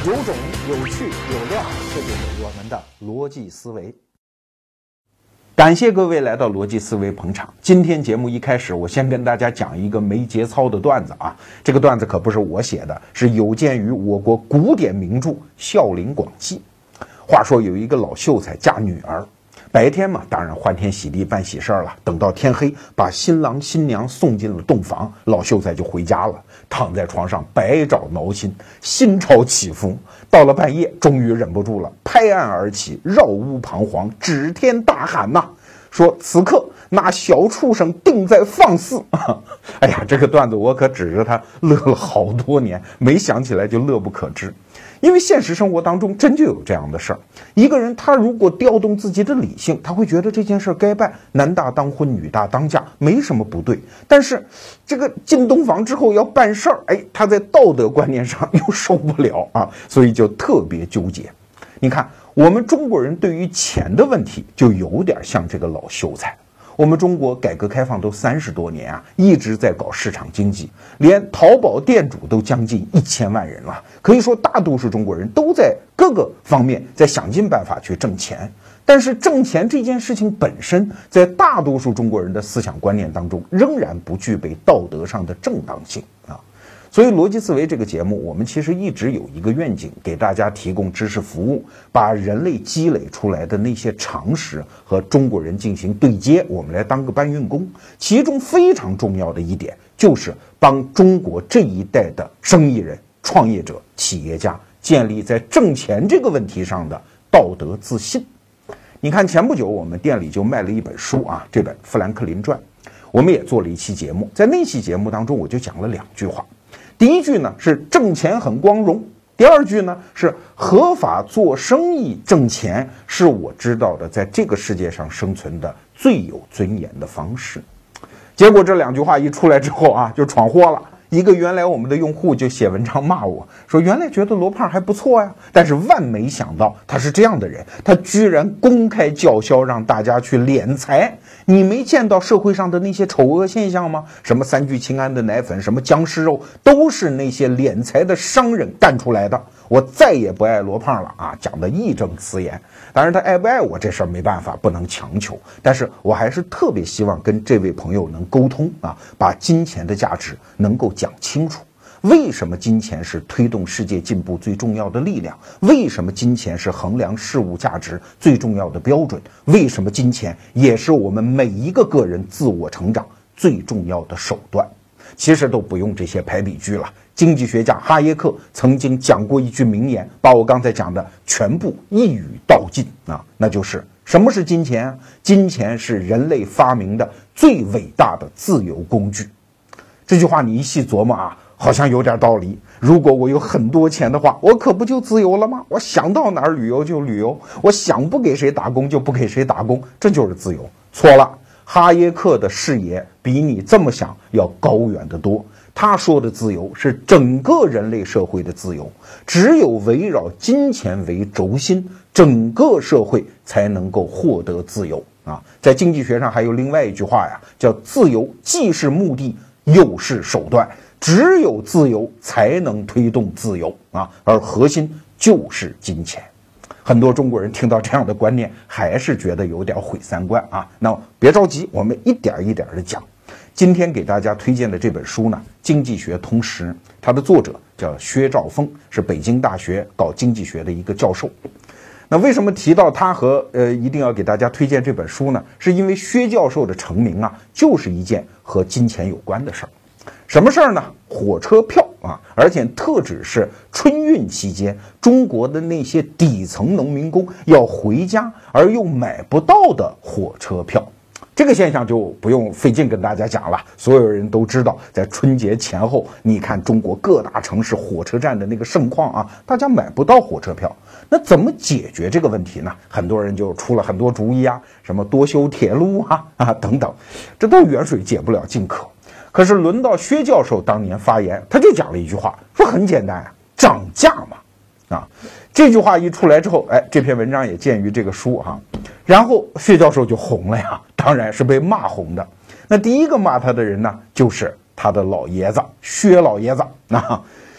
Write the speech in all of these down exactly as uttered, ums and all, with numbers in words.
有种、有趣、有料，这就是我们的逻辑思维。感谢各位来到逻辑思维捧场。今天节目一开始，我先跟大家讲一个没节操的段子啊。这个段子可不是我写的，是有鉴于我国古典名著《孝陵广记》。话说有一个老秀才嫁女儿，白天嘛，当然欢天喜地办喜事儿了。等到天黑，把新郎新娘送进了洞房，老秀才就回家了，躺在床上百爪挠心，心潮起伏。到了半夜，终于忍不住了，拍案而起，绕屋彷徨，指天大喊呐、啊，说此刻那小畜生定在放肆。哎呀，这个段子我可指着他乐了好多年，没想起来就乐不可支。因为现实生活当中真就有这样的事儿，一个人他如果调动自己的理性，他会觉得这件事该办，男大当婚女大当嫁，没什么不对。但是这个进洞房之后要办事儿，哎，他在道德观念上又受不了啊，所以就特别纠结。你看我们中国人对于钱的问题就有点像这个老秀才。我们中国改革开放都三十多年啊，一直在搞市场经济，连淘宝店主都将近一千万人了。可以说大多数中国人都在各个方面在想尽办法去挣钱。但是挣钱这件事情本身，在大多数中国人的思想观念当中，仍然不具备道德上的正当性啊。所以逻辑思维这个节目，我们其实一直有一个愿景，给大家提供知识服务，把人类积累出来的那些常识和中国人进行对接，我们来当个搬运工。其中非常重要的一点，就是帮中国这一代的生意人、创业者、企业家建立在挣钱这个问题上的道德自信。你看前不久我们店里就卖了一本书啊，这本《富兰克林传》，我们也做了一期节目，在那期节目当中我就讲了两句话。第一句呢是挣钱很光荣，第二句呢是合法做生意挣钱是我知道的在这个世界上生存的最有尊严的方式。结果这两句话一出来之后啊，就闯祸了。一个原来我们的用户就写文章骂我说，原来觉得罗胖还不错呀，但是万没想到他是这样的人，他居然公开叫嚣让大家去敛财。你没见到社会上的那些丑恶现象吗？什么三聚氰胺的奶粉，什么僵尸肉，都是那些敛财的商人干出来的。我再也不爱罗胖了啊，讲得义正辞严。当然他爱不爱我这事儿没办法，不能强求，但是我还是特别希望跟这位朋友能沟通啊，把金钱的价值能够讲清楚。为什么金钱是推动世界进步最重要的力量？为什么金钱是衡量事物价值最重要的标准？为什么金钱也是我们每一个个人自我成长最重要的手段？其实都不用这些排比句了。经济学家哈耶克曾经讲过一句名言，把我刚才讲的全部一语道尽啊，那就是什么是金钱啊？金钱是人类发明的最伟大的自由工具。这句话你一细琢磨啊，好像有点道理。如果我有很多钱的话，我可不就自由了吗？我想到哪儿旅游就旅游，我想不给谁打工就不给谁打工，这就是自由。错了，哈耶克的视野比你这么想要高远得多。他说的自由是整个人类社会的自由，只有围绕金钱为轴心，整个社会才能够获得自由啊！在经济学上还有另外一句话呀，叫自由既是目的又是手段，只有自由才能推动自由啊，而核心就是金钱。很多中国人听到这样的观念，还是觉得有点毁三观啊。那别着急，我们一点一点的讲。今天给大家推荐的这本书呢，《经济学通识》，它的作者叫薛兆丰，是北京大学搞经济学的一个教授。那为什么提到他和呃一定要给大家推荐这本书呢？是因为薛教授的成名啊，就是一件和金钱有关的事儿。什么事儿呢？火车票啊，而且特指是春运期间中国的那些底层农民工要回家而又买不到的火车票。这个现象就不用费劲跟大家讲了，所有人都知道，在春节前后，你看中国各大城市火车站的那个盛况啊，大家买不到火车票。那怎么解决这个问题呢？很多人就出了很多主意啊，什么多修铁路啊啊等等，这都远水解不了近渴。可是轮到薛教授当年发言，他就讲了一句话，说很简单啊，涨价嘛。啊，这句话一出来之后，哎，这篇文章也见于这个书哈、啊，然后薛教授就红了呀，当然是被骂红的。那第一个骂他的人呢，就是他的老爷子薛老爷子啊。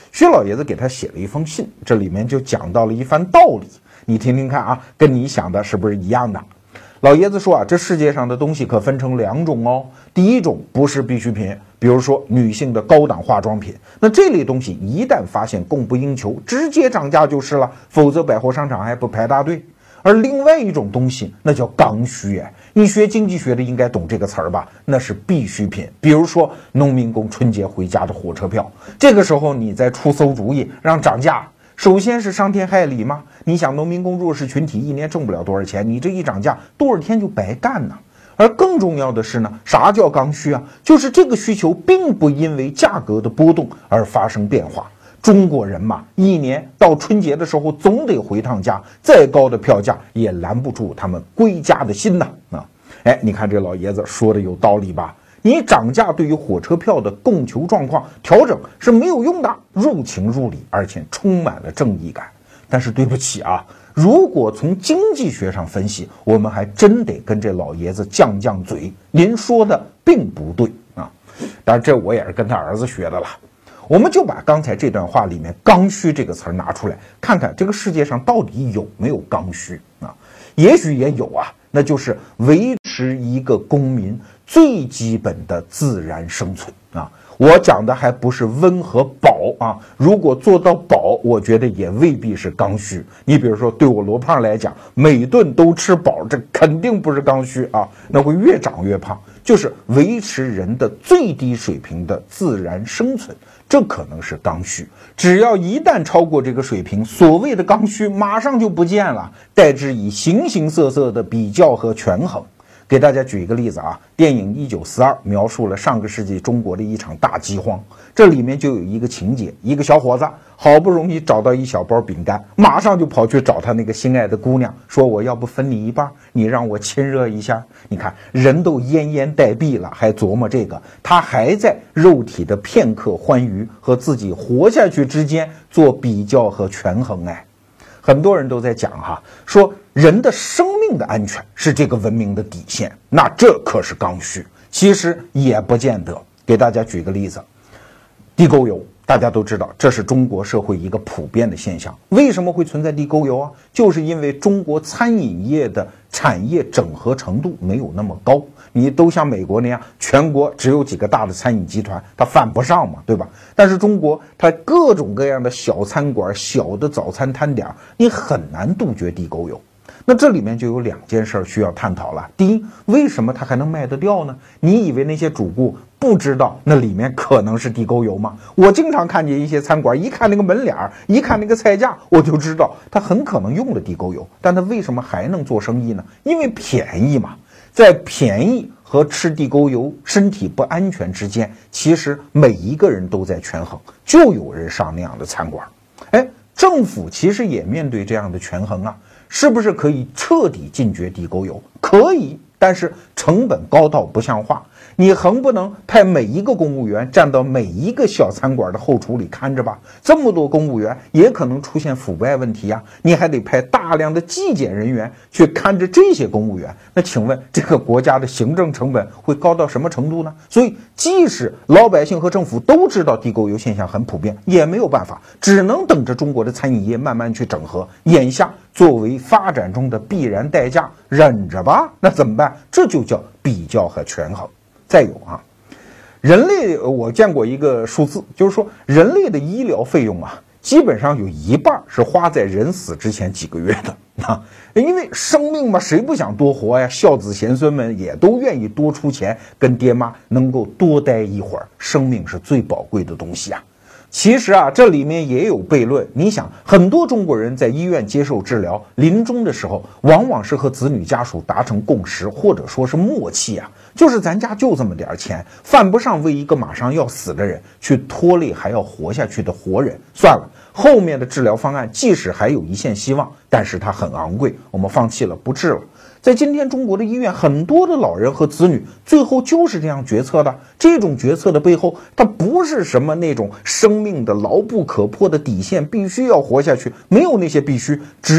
薛老爷子给他写了一封信，这里面就讲到了一番道理，你听听看啊，跟你想的是不是一样的？老爷子说啊，这世界上的东西可分成两种哦。第一种不是必需品，比如说女性的高档化妆品，那这类东西一旦发现供不应求，直接涨价就是了，否则百货商场还不排大队。而另外一种东西，那叫刚需哎，你学经济学的应该懂这个词儿吧？那是必需品，比如说农民工春节回家的火车票，这个时候你再出馊主意让涨价，首先是伤天害理嘛。你想，农民工弱势群体一年挣不了多少钱，你这一涨价，多少天就白干呢？而更重要的是呢，啥叫刚需啊？就是这个需求并不因为价格的波动而发生变化。中国人嘛，一年到春节的时候总得回趟家，再高的票价也拦不住他们归家的心呐啊！哎，你看这老爷子说的有道理吧？你涨价对于火车票的供求状况调整是没有用的，入情入理，而且充满了正义感。但是对不起啊，如果从经济学上分析，我们还真得跟这老爷子犟犟嘴，您说的并不对啊！当然，这我也是跟他儿子学的了。我们就把刚才这段话里面刚需这个词儿拿出来，看看这个世界上到底有没有刚需啊？也许也有啊，那就是维持一个公民最基本的自然生存啊。我讲的还不是温和饱啊，如果做到饱，我觉得也未必是刚需。你比如说，对我罗胖来讲，每顿都吃饱，这肯定不是刚需啊，那会越长越胖。就是维持人的最低水平的自然生存，这可能是刚需。只要一旦超过这个水平，所谓的刚需马上就不见了，代之以形形色色的比较和权衡。给大家举一个例子啊，电影《一九四二》描述了上个世纪中国的一场大饥荒，这里面就有一个情节，一个小伙子好不容易找到一小包饼干，马上就跑去找他那个心爱的姑娘，说我要不分你一半，你让我亲热一下。你看人都奄奄待毙了，还琢磨这个，他还在肉体的片刻欢愉和自己活下去之间做比较和权衡。哎，很多人都在讲哈，说人的生命的安全是这个文明的底线，那这可是刚需。其实也不见得。给大家举个例子，地沟油，大家都知道这是中国社会一个普遍的现象。为什么会存在地沟油啊？就是因为中国餐饮业的产业整合程度没有那么高。你都像美国那样，全国只有几个大的餐饮集团，它犯不上嘛，对吧？但是中国它各种各样的小餐馆、小的早餐摊点，你很难杜绝地沟油。那这里面就有两件事需要探讨了。第一，为什么它还能卖得掉呢？你以为那些主顾不知道那里面可能是地沟油吗？我经常看见一些餐馆，一看那个门脸，一看那个菜价，我就知道它很可能用了地沟油。但它为什么还能做生意呢？因为便宜嘛。在便宜和吃地沟油身体不安全之间，其实每一个人都在权衡，就有人上那样的餐馆。哎，政府其实也面对这样的权衡啊，是不是可以彻底禁绝地沟油？可以，但是成本高到不像话。你横不能派每一个公务员站到每一个小餐馆的后厨里看着吧？这么多公务员也可能出现腐败问题啊！你还得派大量的纪检人员去看着这些公务员，那请问这个国家的行政成本会高到什么程度呢？所以，即使老百姓和政府都知道地沟油现象很普遍，也没有办法，只能等着中国的餐饮业慢慢去整合。眼下作为发展中的必然代价，忍着吧。那怎么办？这就叫比较和权衡。再有啊，人类我见过一个数字，就是说人类的医疗费用啊，基本上有一半是花在人死之前几个月的啊，因为生命嘛，谁不想多活呀？孝子贤孙们也都愿意多出钱，跟爹妈能够多待一会儿，生命是最宝贵的东西啊。其实啊，这里面也有悖论。你想，很多中国人在医院接受治疗，临终的时候，往往是和子女家属达成共识，或者说是默契啊，就是咱家就这么点钱，犯不上为一个马上要死的人去拖累还要活下去的活人。算了，后面的治疗方案即使还有一线希望，但是它很昂贵，我们放弃了，不治了。在今天中国的医院，很多的老人和子女最后就是这样决策的。这种决策的背后，它不是什么那种生命的牢不可破的底线，必须要活下去，没有那些必须，只有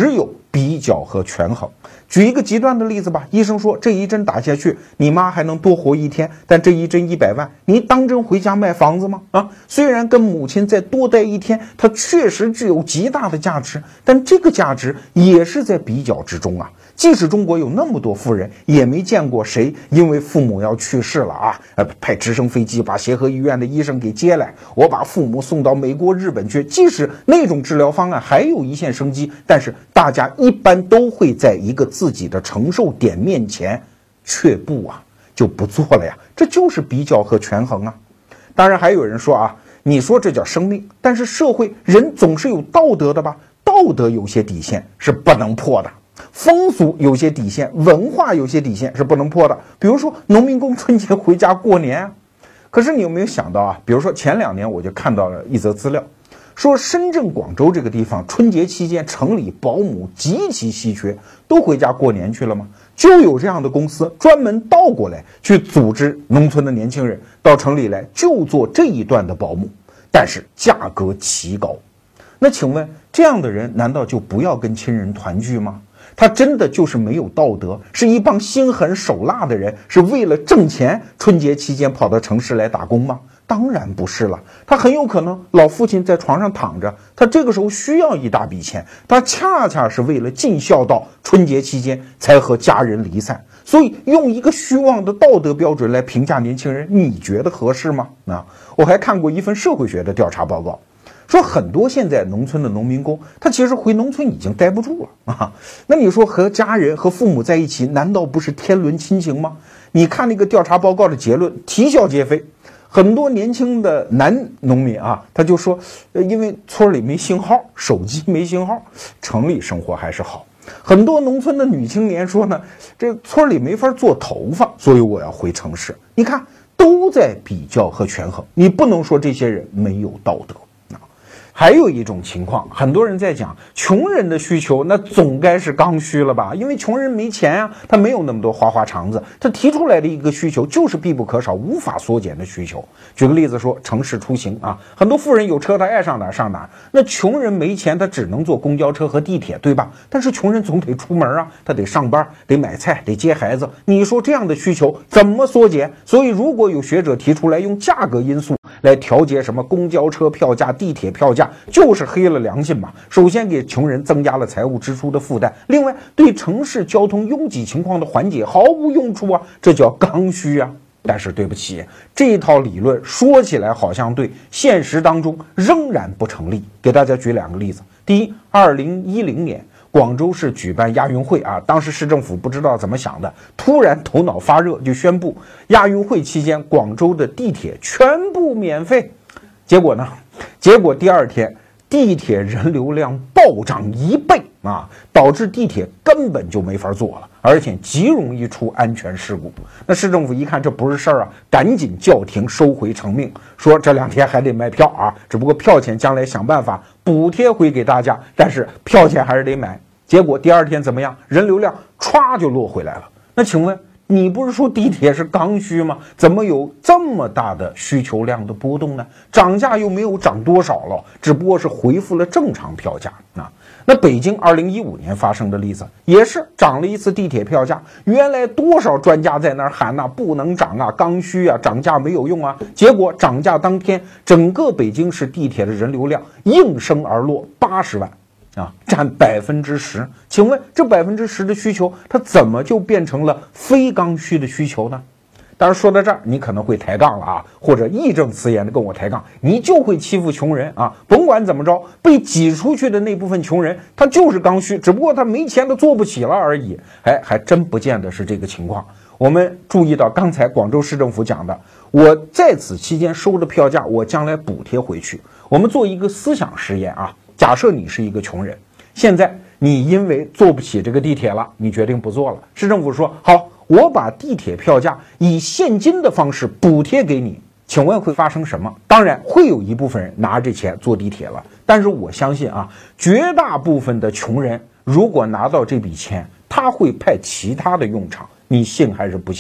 比较和权衡。举一个极端的例子吧，医生说这一针打下去，你妈还能多活一天，但这一针一百万，你当真回家卖房子吗？啊，虽然跟母亲再多待一天，它确实具有极大的价值，但这个价值也是在比较之中啊。即使中国有那么多富人，也没见过谁因为父母要去世了啊，呃，派直升飞机把协和医院的医生给接来，我把父母送到美国、日本去。即使那种治疗方案还有一线生机，但是大家一般都会在一个自己的承受点面前却步啊，就不做了呀。这就是比较和权衡啊。当然还有人说啊，你说这叫生命，但是社会人总是有道德的吧？道德有些底线是不能破的。风俗有些底线，文化有些底线是不能破的。比如说农民工春节回家过年啊，可是你有没有想到啊？比如说前两年我就看到了一则资料，说深圳、广州这个地方春节期间城里保姆极其稀缺，都回家过年去了吗？就有这样的公司专门倒过来去组织农村的年轻人到城里来，就做这一段的保姆，但是价格奇高。那请问这样的人难道就不要跟亲人团聚吗？他真的就是没有道德，是一帮心狠手辣的人，是为了挣钱春节期间跑到城市来打工吗？当然不是了，他很有可能老父亲在床上躺着，他这个时候需要一大笔钱，他恰恰是为了尽孝道，春节期间才和家人离散。所以用一个虚妄的道德标准来评价年轻人，你觉得合适吗？啊，我还看过一份社会学的调查报告，说很多现在农村的农民工，他其实回农村已经待不住了啊。那你说和家人和父母在一起，难道不是天伦亲情吗？你看那个调查报告的结论，啼笑皆非。很多年轻的男农民啊，他就说，呃，因为村里没信号，手机没信号，城里生活还是好。很多农村的女青年说呢，这村里没法做头发，所以我要回城市。你看，都在比较和权衡，你不能说这些人没有道德。还有一种情况，很多人在讲穷人的需求，那总该是刚需了吧？因为穷人没钱啊，他没有那么多花花肠子，他提出来的一个需求就是必不可少、无法缩减的需求。举个例子说，城市出行啊，很多富人有车，他爱上哪儿上哪儿；那穷人没钱，他只能坐公交车和地铁，对吧？但是穷人总得出门啊，他得上班，得买菜，得接孩子。你说这样的需求怎么缩减？所以如果有学者提出来用价格因素来调节什么公交车票价、地铁票价，就是黑了良心嘛。首先给穷人增加了财务支出的负担，另外对城市交通拥挤情况的缓解毫无用处啊，这叫刚需啊。但是对不起，这套理论说起来好像对，现实当中仍然不成立。给大家举两个例子。第一，二零一零年广州市举办亚运会啊，当时市政府不知道怎么想的，突然头脑发热就宣布亚运会期间广州的地铁全部免费。结果呢？结果第二天地铁人流量暴涨一倍啊，导致地铁根本就没法坐了，而且极容易出安全事故。那市政府一看这不是事儿啊，赶紧叫停收回成命，说这两天还得卖票啊，只不过票钱将来想办法补贴回给大家，但是票钱还是得买。结果第二天怎么样？人流量歘就落回来了。那请问你不是说地铁是刚需吗？怎么有这么大的需求量的波动呢？涨价又没有涨多少了，只不过是恢复了正常票价啊。那北京二零一五年发生的例子也是涨了一次地铁票价，原来多少专家在那儿喊呐、啊，不能涨啊，刚需啊，涨价没有用啊。结果涨价当天，整个北京市地铁的人流量应声而落八十万。啊，占百分之十，请问这百分之十的需求，它怎么就变成了非刚需的需求呢？当然说到这儿，你可能会抬杠了啊，或者义正辞严的跟我抬杠，你就会欺负穷人啊！甭管怎么着，被挤出去的那部分穷人，他就是刚需，只不过他没钱，他做不起了而已。哎，还真不见得是这个情况。我们注意到刚才广州市政府讲的，我在此期间收的票价，我将来补贴回去。我们做一个思想实验啊。假设你是一个穷人，现在你因为坐不起这个地铁了，你决定不坐了。市政府说好，我把地铁票价以现金的方式补贴给你，请问会发生什么？当然会有一部分人拿这钱坐地铁了，但是我相信啊，绝大部分的穷人如果拿到这笔钱，他会派其他的用场，你信还是不信？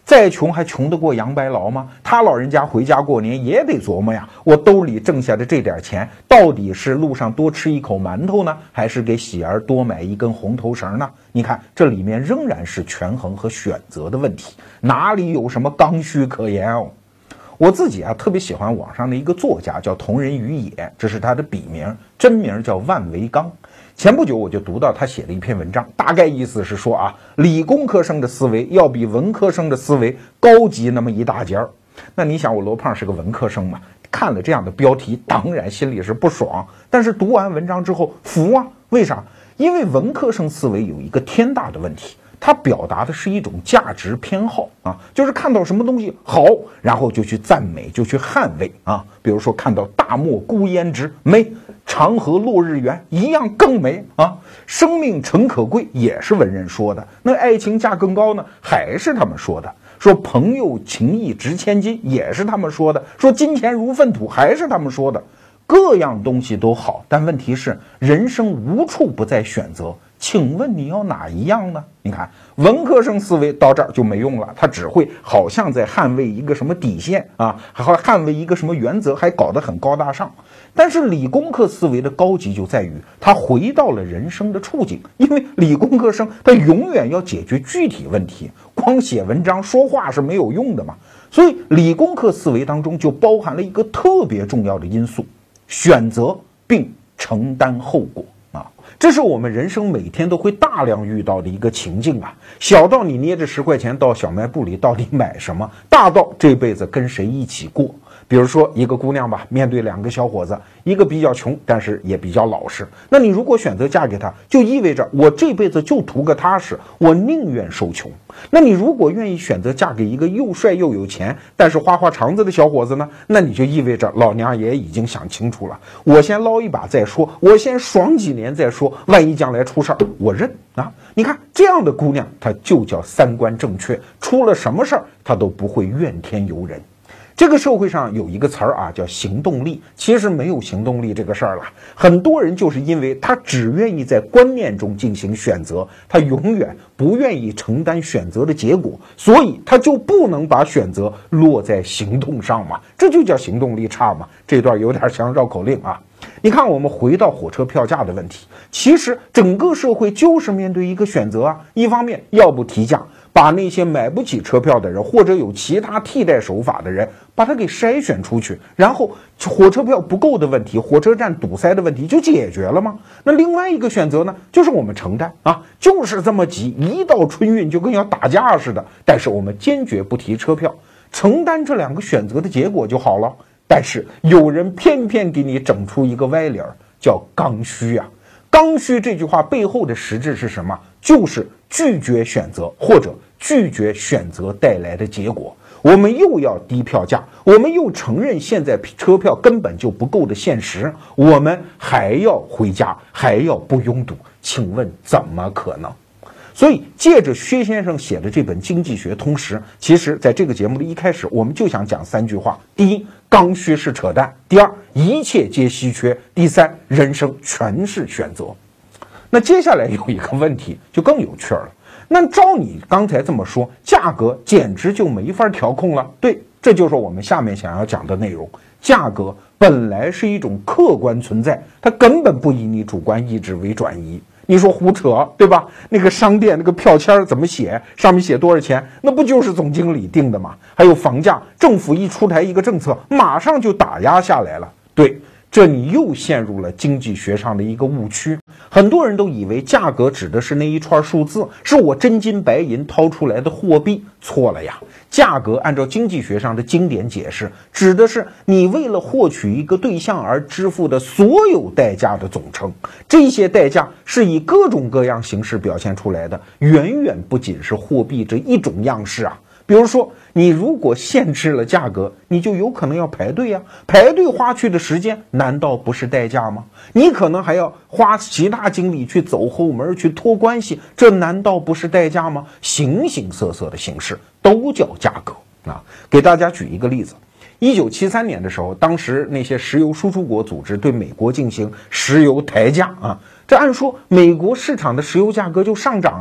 再穷还穷得过杨白劳吗？他老人家回家过年也得琢磨呀，我兜里挣下的这点钱，到底是路上多吃一口馒头呢，还是给喜儿多买一根红头绳呢？你看，这里面仍然是权衡和选择的问题，哪里有什么刚需可言哦？我自己啊特别喜欢网上的一个作家叫同人于野，这是他的笔名，真名叫万维刚。前不久我就读到他写了一篇文章，大概意思是说啊，理工科生的思维要比文科生的思维高级那么一大截儿。那你想，我罗胖是个文科生嘛，看了这样的标题，当然心里是不爽。但是读完文章之后服啊，为啥？因为文科生思维有一个天大的问题。它表达的是一种价值偏好啊，就是看到什么东西好，然后就去赞美，就去捍卫啊。比如说看到大漠孤烟直美，长河落日圆一样更美啊。生命诚可贵也是文人说的，那爱情价更高呢，还是他们说的。说朋友情谊值千金也是他们说的，说金钱如粪土还是他们说的。各样东西都好，但问题是人生无处不在选择，请问你要哪一样呢？你看文科生思维到这儿就没用了，他只会好像在捍卫一个什么底线啊，还捍卫一个什么原则，还搞得很高大上。但是理工科思维的高级就在于他回到了人生的处境，因为理工科生他永远要解决具体问题，光写文章说话是没有用的嘛。所以理工科思维当中就包含了一个特别重要的因素，选择并承担后果啊，这是我们人生每天都会大量遇到的一个情境啊。小到你捏着十块钱到小卖部里到底买什么，大到这辈子跟谁一起过。比如说一个姑娘吧，面对两个小伙子，一个比较穷，但是也比较老实。那你如果选择嫁给他，就意味着我这辈子就图个踏实，我宁愿受穷。那你如果愿意选择嫁给一个又帅又有钱，但是花花肠子的小伙子呢？那你就意味着老娘也已经想清楚了，我先捞一把再说，我先爽几年再说，万一将来出事儿，我认啊！你看这样的姑娘，她就叫三观正确，出了什么事儿，她都不会怨天尤人。这个社会上有一个词儿啊，叫行动力。其实没有行动力这个事儿了，很多人就是因为他只愿意在观念中进行选择，他永远不愿意承担选择的结果，所以他就不能把选择落在行动上嘛，这就叫行动力差嘛。这段有点像绕口令啊。你看，我们回到火车票价的问题，其实整个社会就是面对一个选择啊，一方面要不提价，把那些买不起车票的人或者有其他替代手法的人把他给筛选出去，然后火车票不够的问题，火车站堵塞的问题就解决了吗？那另外一个选择呢，就是我们承担啊，就是这么急，一到春运就跟要打架似的，但是我们坚决不提车票，承担这两个选择的结果就好了。但是有人偏偏给你整出一个歪理儿，叫刚需啊。刚需这句话背后的实质是什么？就是拒绝选择，或者拒绝选择带来的结果。我们又要低票价，我们又承认现在车票根本就不够的现实，我们还要回家，还要不拥堵，请问怎么可能？所以借着薛先生写的这本《经济学通识》，其实在这个节目的一开始我们就想讲三句话：第一，刚需是扯淡；第二，一切皆稀缺；第三，人生全是选择。那接下来有一个问题就更有趣了，那照你刚才这么说，价格简直就没法调控了。对，这就是我们下面想要讲的内容。价格本来是一种客观存在，它根本不以你主观意志为转移。你说胡扯，对吧？那个商店那个票签怎么写，上面写多少钱，那不就是总经理定的吗？还有房价，政府一出台一个政策，马上就打压下来了。对，这你又陷入了经济学上的一个误区。很多人都以为价格指的是那一串数字，是我真金白银掏出来的货币，错了呀。价格按照经济学上的经典解释，指的是你为了获取一个对象而支付的所有代价的总称。这些代价是以各种各样形式表现出来的，远远不仅是货币这一种样式啊。比如说，你如果限制了价格，你就有可能要排队呀，排队花去的时间难道不是代价吗？你可能还要花其他精力去走后门，去托关系，这难道不是代价吗？形形色色的形式都叫价格啊！给大家举一个例子，一九七三年的时候，当时那些石油输出国组织对美国进行石油抬价啊，这按说美国市场的石油价格就上涨了。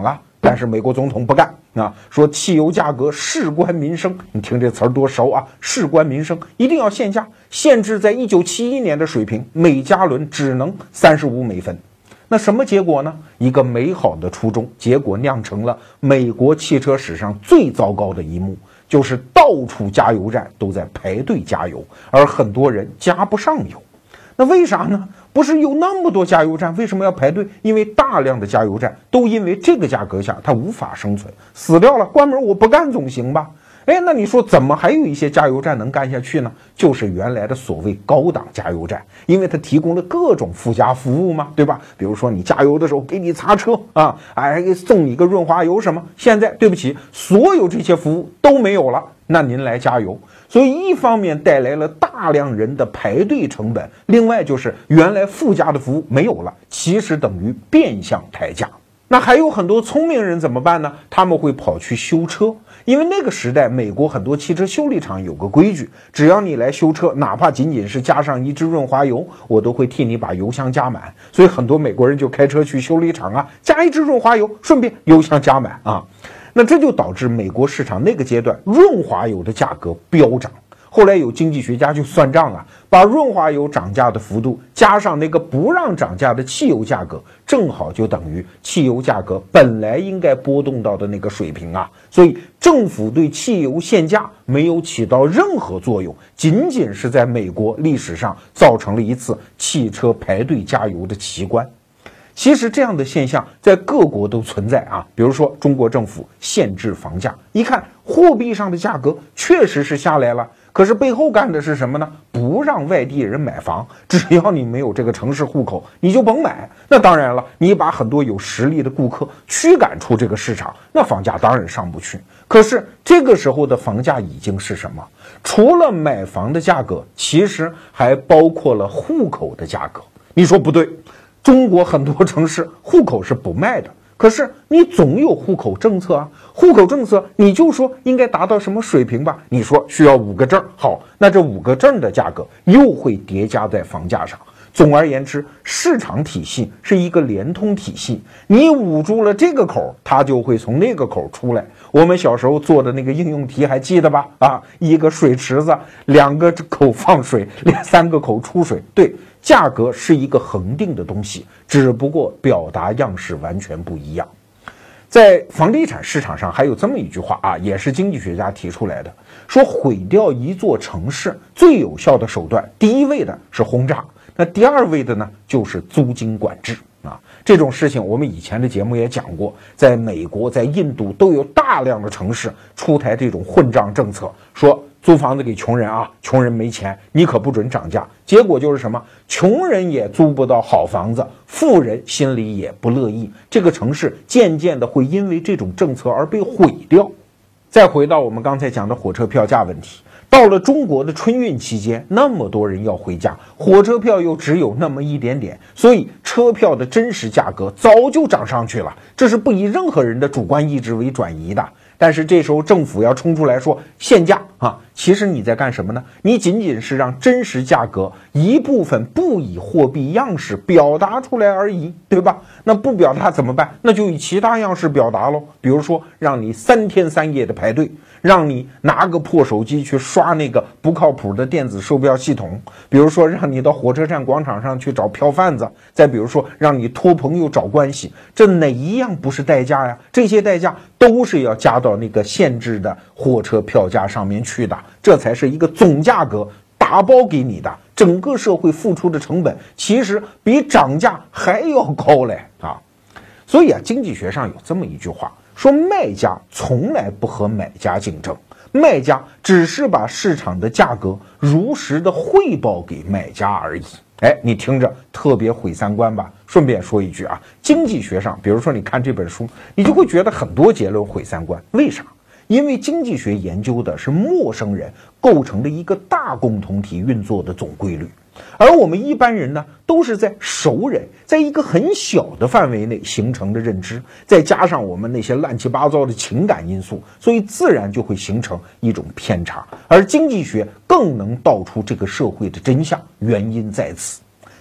但是美国总统不干啊，说汽油价格事关民生，你听这词儿多熟啊，事关民生，一定要限价，限制在一九七一年的水平，每加仑只能三十五美分。那什么结果呢？一个美好的初衷，结果酿成了美国汽车史上最糟糕的一幕，就是到处加油站都在排队加油，而很多人加不上油。那为啥呢？不是有那么多加油站，为什么要排队？因为大量的加油站都因为这个价格下它无法生存，死掉了，关门我不干总行吧？哎，那你说怎么还有一些加油站能干下去呢？就是原来的所谓高档加油站，因为它提供了各种附加服务嘛，对吧？比如说你加油的时候给你擦车啊，还给送你个润滑油什么。现在对不起，所有这些服务都没有了，那您来加油。所以一方面带来了大量人的排队成本，另外就是原来附加的服务没有了，其实等于变相抬价。那还有很多聪明人怎么办呢？他们会跑去修车，因为那个时代美国很多汽车修理厂有个规矩，只要你来修车，哪怕仅仅是加上一支润滑油，我都会替你把油箱加满。所以很多美国人就开车去修理厂啊，加一支润滑油，顺便油箱加满啊。那这就导致美国市场那个阶段润滑油的价格飙涨。后来有经济学家就算账啊，把润滑油涨价的幅度加上那个不让涨价的汽油价格，正好就等于汽油价格本来应该波动到的那个水平啊。所以政府对汽油限价没有起到任何作用，仅仅是在美国历史上造成了一次汽车排队加油的奇观。其实这样的现象在各国都存在啊，比如说中国政府限制房价，一看货币上的价格确实是下来了，可是背后干的是什么呢？不让外地人买房，只要你没有这个城市户口，你就甭买。那当然了，你把很多有实力的顾客驱赶出这个市场，那房价当然上不去。可是这个时候的房价已经是什么？除了买房的价格，其实还包括了户口的价格。你说不对，中国很多城市户口是不卖的，可是你总有户口政策啊，户口政策你就说应该达到什么水平吧，你说需要五个证，好，那这五个证的价格又会叠加在房价上。总而言之，市场体系是一个连通体系，你捂住了这个口，它就会从那个口出来。我们小时候做的那个应用题还记得吧？啊，一个水池子，两个口放水，三个口出水。对，价格是一个恒定的东西，只不过表达样式完全不一样。在房地产市场上还有这么一句话啊，也是经济学家提出来的，说毁掉一座城市最有效的手段，第一位的是轰炸，那第二位的呢就是租金管制啊。这种事情我们以前的节目也讲过，在美国在印度都有大量的城市出台这种混账政策，说租房子给穷人啊，穷人没钱你可不准涨价。结果就是什么？穷人也租不到好房子，富人心里也不乐意，这个城市渐渐的会因为这种政策而被毁掉。再回到我们刚才讲的火车票价问题，到了中国的春运期间，那么多人要回家，火车票又只有那么一点点，所以车票的真实价格早就涨上去了，这是不以任何人的主观意志为转移的。但是这时候政府要冲出来说限价啊，其实你在干什么呢？你仅仅是让真实价格一部分不以货币样式表达出来而已，对吧？那不表达怎么办？那就以其他样式表达咯，比如说让你三天三夜的排队，让你拿个破手机去刷那个不靠谱的电子售票系统，比如说让你到火车站广场上去找票贩子，再比如说让你托朋友找关系，这哪一样不是代价呀？这些代价都是要加到那个限制的火车票价上面去的，这才是一个总价格打包给你的，整个社会付出的成本其实比涨价还要高嘞啊！所以啊，经济学上有这么一句话，说卖家从来不和买家竞争，卖家只是把市场的价格如实的汇报给买家而已。哎，你听着特别毁三观吧？顺便说一句啊，经济学上，比如说你看这本书，你就会觉得很多结论毁三观。为啥？因为经济学研究的是陌生人构成了一个大共同体运作的总规律，而我们一般人呢，都是在熟人在一个很小的范围内形成的认知，再加上我们那些乱七八糟的情感因素，所以自然就会形成一种偏差。而经济学更能道出这个社会的真相，原因在此。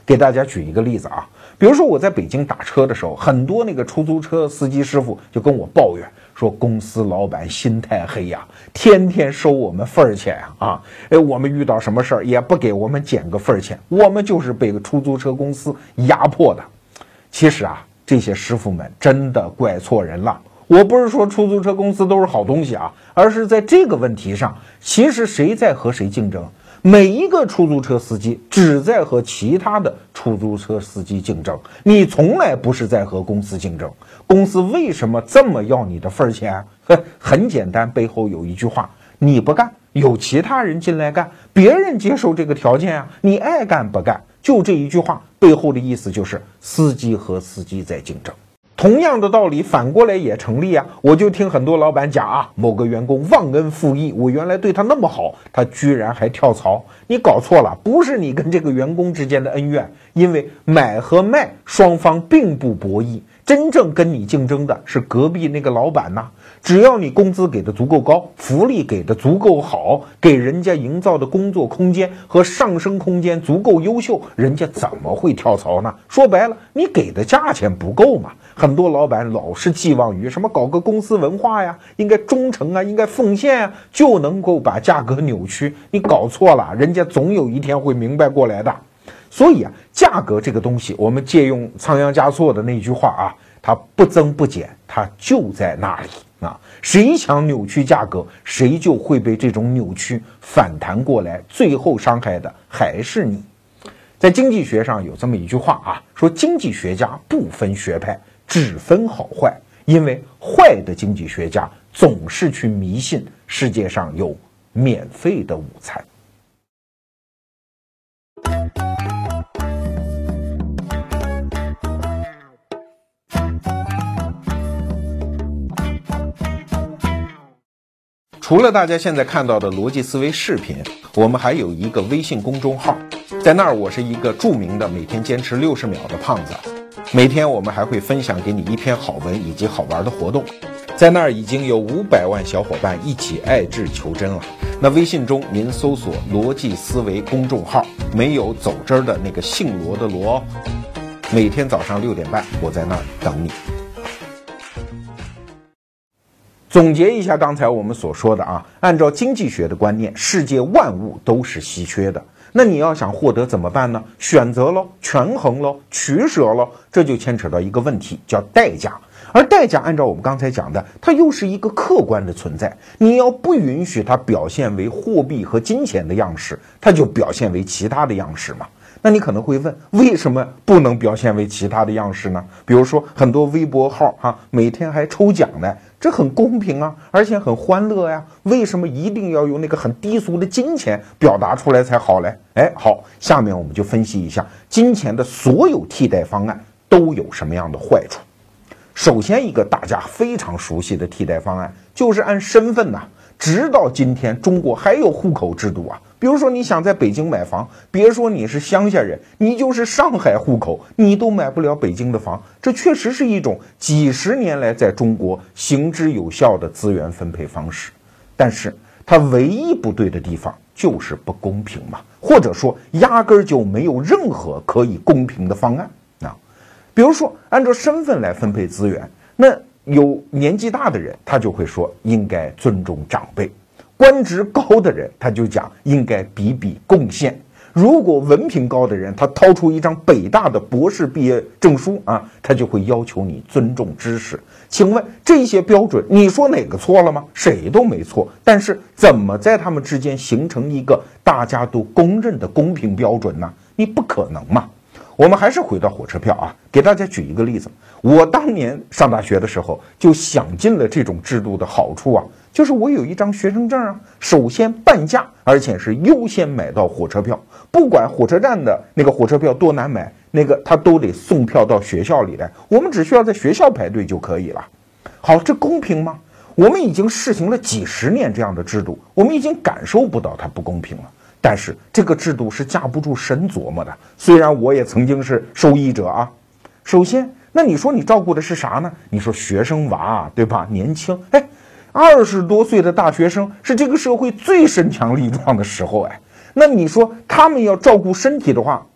给大家举一个例子啊，比如说我在北京打车的时候，很多那个出租车司机师傅就跟我抱怨说，公司老板心太黑呀、啊，天天收我们份儿钱啊，哎，我们遇到什么事儿也不给我们减个份儿钱，我们就是被出租车公司压迫的。其实啊，这些师傅们真的怪错人了。我不是说出租车公司都是好东西啊，而是在这个问题上，其实谁在和谁竞争？每一个出租车司机只在和其他的出租车司机竞争，你从来不是在和公司竞争。公司为什么这么要你的份儿钱？很简单，背后有一句话：你不干，有其他人进来干，别人接受这个条件啊，你爱干不干。就这一句话背后的意思就是司机和司机在竞争。同样的道理反过来也成立啊！我就听很多老板讲啊，某个员工忘恩负义，我原来对他那么好，他居然还跳槽。你搞错了，不是你跟这个员工之间的恩怨，因为买和卖双方并不博弈，真正跟你竞争的是隔壁那个老板呐。只要你工资给的足够高，福利给的足够好，给人家营造的工作空间和上升空间足够优秀，人家怎么会跳槽呢？说白了，你给的价钱不够嘛。很多老板老是寄望于什么搞个公司文化呀，应该忠诚啊，应该奉献啊，就能够把价格扭曲。你搞错了，人家总有一天会明白过来的。所以啊，价格这个东西，我们借用仓央嘉措的那句话啊，它不增不减，它就在那里啊。谁想扭曲价格，谁就会被这种扭曲反弹过来，最后伤害的还是你。在经济学上有这么一句话啊，说经济学家不分学派，只分好坏，因为坏的经济学家总是去迷信世界上有免费的午餐。除了大家现在看到的逻辑思维视频，我们还有一个微信公众号，在那儿我是一个著名的每天坚持六十秒的胖子。每天我们还会分享给你一篇好文以及好玩的活动，在那儿已经有五百万小伙伴一起爱智求真了。那微信中您搜索逻辑思维公众号，没有走针的那个姓罗的罗哦。每天早上六点半，我在那儿等你。总结一下刚才我们所说的啊，按照经济学的观念，世界万物都是稀缺的。那你要想获得怎么办呢？选择咯，权衡咯，取舍咯，这就牵扯到一个问题，叫代价。而代价按照我们刚才讲的，它又是一个客观的存在，你要不允许它表现为货币和金钱的样式，它就表现为其他的样式嘛。那你可能会问，为什么不能表现为其他的样式呢？比如说很多微博号哈、啊，每天还抽奖呢，这很公平啊，而且很欢乐呀，为什么一定要用那个很低俗的金钱表达出来才好嘞？哎，好，下面我们就分析一下金钱的所有替代方案都有什么样的坏处。首先一个大家非常熟悉的替代方案就是按身份呐、啊，直到今天中国还有户口制度啊。比如说你想在北京买房，别说你是乡下人，你就是上海户口，你都买不了北京的房。这确实是一种几十年来在中国行之有效的资源分配方式，但是它唯一不对的地方就是不公平嘛，或者说压根儿就没有任何可以公平的方案啊。比如说按照身份来分配资源，那有年纪大的人他就会说应该尊重长辈，官职高的人他就讲应该比比贡献，如果文凭高的人他掏出一张北大的博士毕业证书啊，他就会要求你尊重知识。请问这些标准你说哪个错了吗？谁都没错，但是怎么在他们之间形成一个大家都公认的公平标准呢？你不可能嘛。我们还是回到火车票啊，给大家举一个例子。我当年上大学的时候就想尽了这种制度的好处啊，就是我有一张学生证啊，首先半价，而且是优先买到火车票，不管火车站的那个火车票多难买，那个他都得送票到学校里来，我们只需要在学校排队就可以了。好，这公平吗？我们已经试行了几十年这样的制度，我们已经感受不到它不公平了。但是这个制度是架不住神琢磨的，虽然我也曾经是受益者啊。首先，那你说你照顾的是啥呢？你说学生娃，对吧？年轻，哎，二十多岁的大学生是这个社会最身强力壮的时候，哎，那你说他们要照顾身体的话，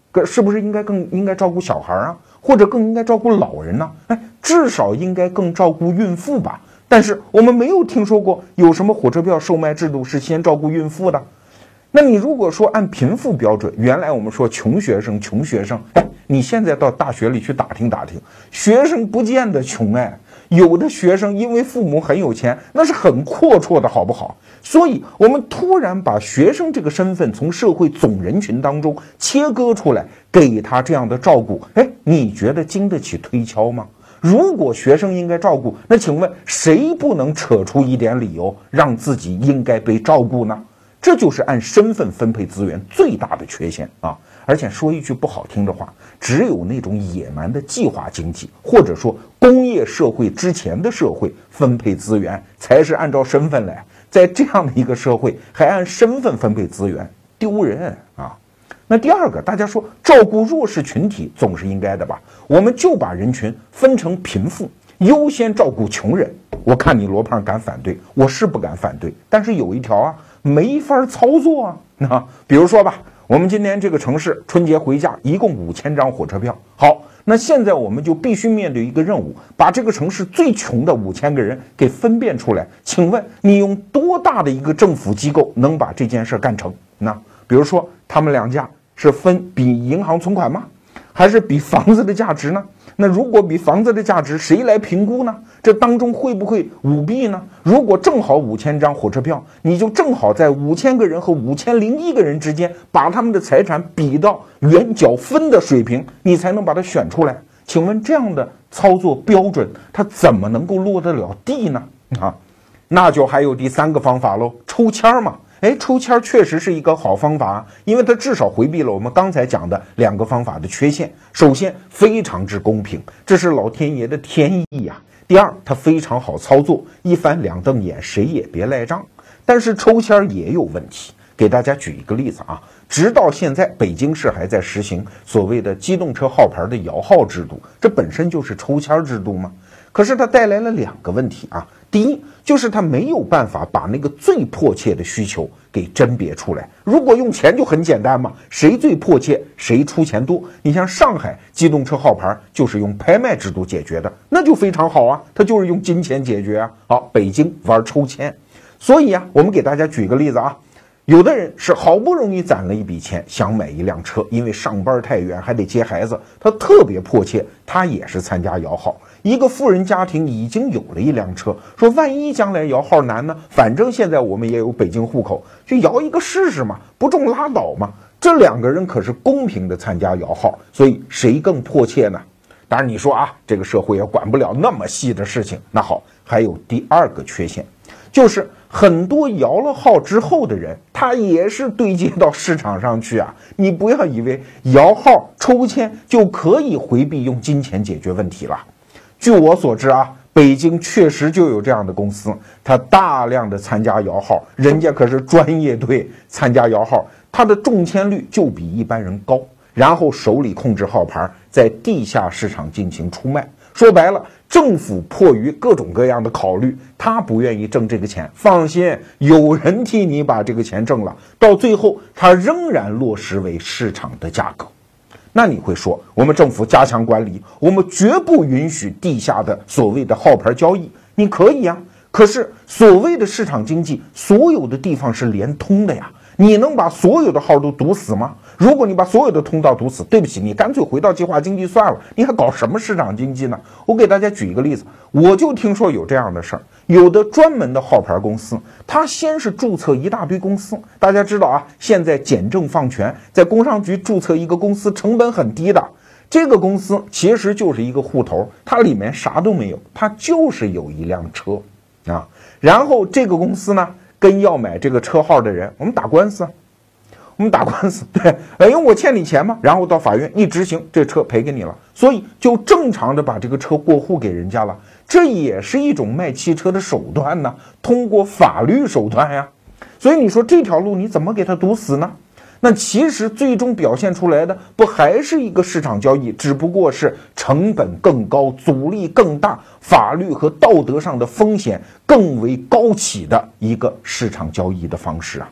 可是不是应该更应该照顾小孩啊，或者更应该照顾老人呢？哎，至少应该更照顾孕妇吧。但是我们没有听说过有什么火车票售卖制度是先照顾孕妇的。那你如果说按贫富标准，原来我们说穷学生穷学生，哎，你现在到大学里去打听打听，学生不见得穷哎，有的学生因为父母很有钱，那是很阔绰的好不好？所以我们突然把学生这个身份从社会总人群当中切割出来，给他这样的照顾，哎，你觉得经得起推敲吗？如果学生应该照顾，那请问谁不能扯出一点理由让自己应该被照顾呢？这就是按身份分配资源最大的缺陷啊！而且说一句不好听的话，只有那种野蛮的计划经济，或者说工业社会之前的社会分配资源，才是按照身份来。在这样的一个社会，还按身份分配资源，丢人啊！那第二个，大家说照顾弱势群体总是应该的吧？我们就把人群分成贫富，优先照顾穷人。我看你罗胖敢反对，我是不敢反对，但是有一条啊，没法操作啊。那比如说吧，我们今年这个城市春节回家一共五千张火车票，好，那现在我们就必须面对一个任务，把这个城市最穷的五千个人给分辨出来。请问你用多大的一个政府机构能把这件事干成？那比如说他们两家是分比银行存款吗？还是比房子的价值呢？那如果比房子的价值，谁来评估呢？这当中会不会舞弊呢？如果正好五千张火车票，你就正好在五千个人和五千零一个人之间，把他们的财产比到原缴分的水平，你才能把它选出来。请问这样的操作标准，它怎么能够落得了地呢？啊，那就还有第三个方法喽，抽签嘛。哎，抽签确实是一个好方法，因为它至少回避了我们刚才讲的两个方法的缺陷。首先，非常之公平，这是老天爷的天意啊。第二，它非常好操作，一翻两瞪眼，谁也别赖账。但是抽签也有问题，给大家举一个例子啊。直到现在，北京市还在实行所谓的机动车号牌的摇号制度，这本身就是抽签制度吗？可是它带来了两个问题啊。第一，就是它没有办法把那个最迫切的需求给甄别出来。如果用钱就很简单嘛，谁最迫切谁出钱多。你像上海机动车号牌就是用拍卖制度解决的，那就非常好啊，它就是用金钱解决啊。好，北京玩抽签。所以啊，我们给大家举个例子啊，有的人是好不容易攒了一笔钱，想买一辆车，因为上班太远还得接孩子，他特别迫切，他也是参加摇号。一个富人家庭已经有了一辆车，说万一将来摇号难呢，反正现在我们也有北京户口，就摇一个试试嘛，不中拉倒嘛。这两个人可是公平的参加摇号，所以谁更迫切呢？当然你说啊，这个社会也管不了那么细的事情。那好，还有第二个缺陷，就是很多摇了号之后的人，他也是对接到市场上去啊。你不要以为摇号抽签就可以回避用金钱解决问题了。据我所知啊，北京确实就有这样的公司，他大量的参加摇号，人家可是专业队参加摇号，他的中签率就比一般人高，然后手里控制号牌，在地下市场进行出卖。说白了，政府迫于各种各样的考虑，他不愿意挣这个钱，放心，有人替你把这个钱挣了，到最后他仍然落实为市场的价格。那你会说，我们政府加强管理，我们绝不允许地下的所谓的号牌交易。你可以啊，可是所谓的市场经济，所有的地方是连通的呀，你能把所有的号都堵死吗？如果你把所有的通道堵死，对不起，你干脆回到计划经济算了，你还搞什么市场经济呢？我给大家举一个例子，我就听说有这样的事儿，有的专门的号牌公司，他先是注册一大堆公司。大家知道啊，现在简政放权，在工商局注册一个公司成本很低的，这个公司其实就是一个户头，它里面啥都没有，它就是有一辆车啊。然后这个公司呢，跟要买这个车号的人，我们打官司。我们打官司，对，因为我欠你钱嘛，然后到法院一执行，这车赔给你了，所以就正常的把这个车过户给人家了，这也是一种卖汽车的手段呢，通过法律手段呀。所以你说这条路你怎么给它堵死呢？那其实最终表现出来的不还是一个市场交易，只不过是成本更高，阻力更大，法律和道德上的风险更为高起的一个市场交易的方式啊。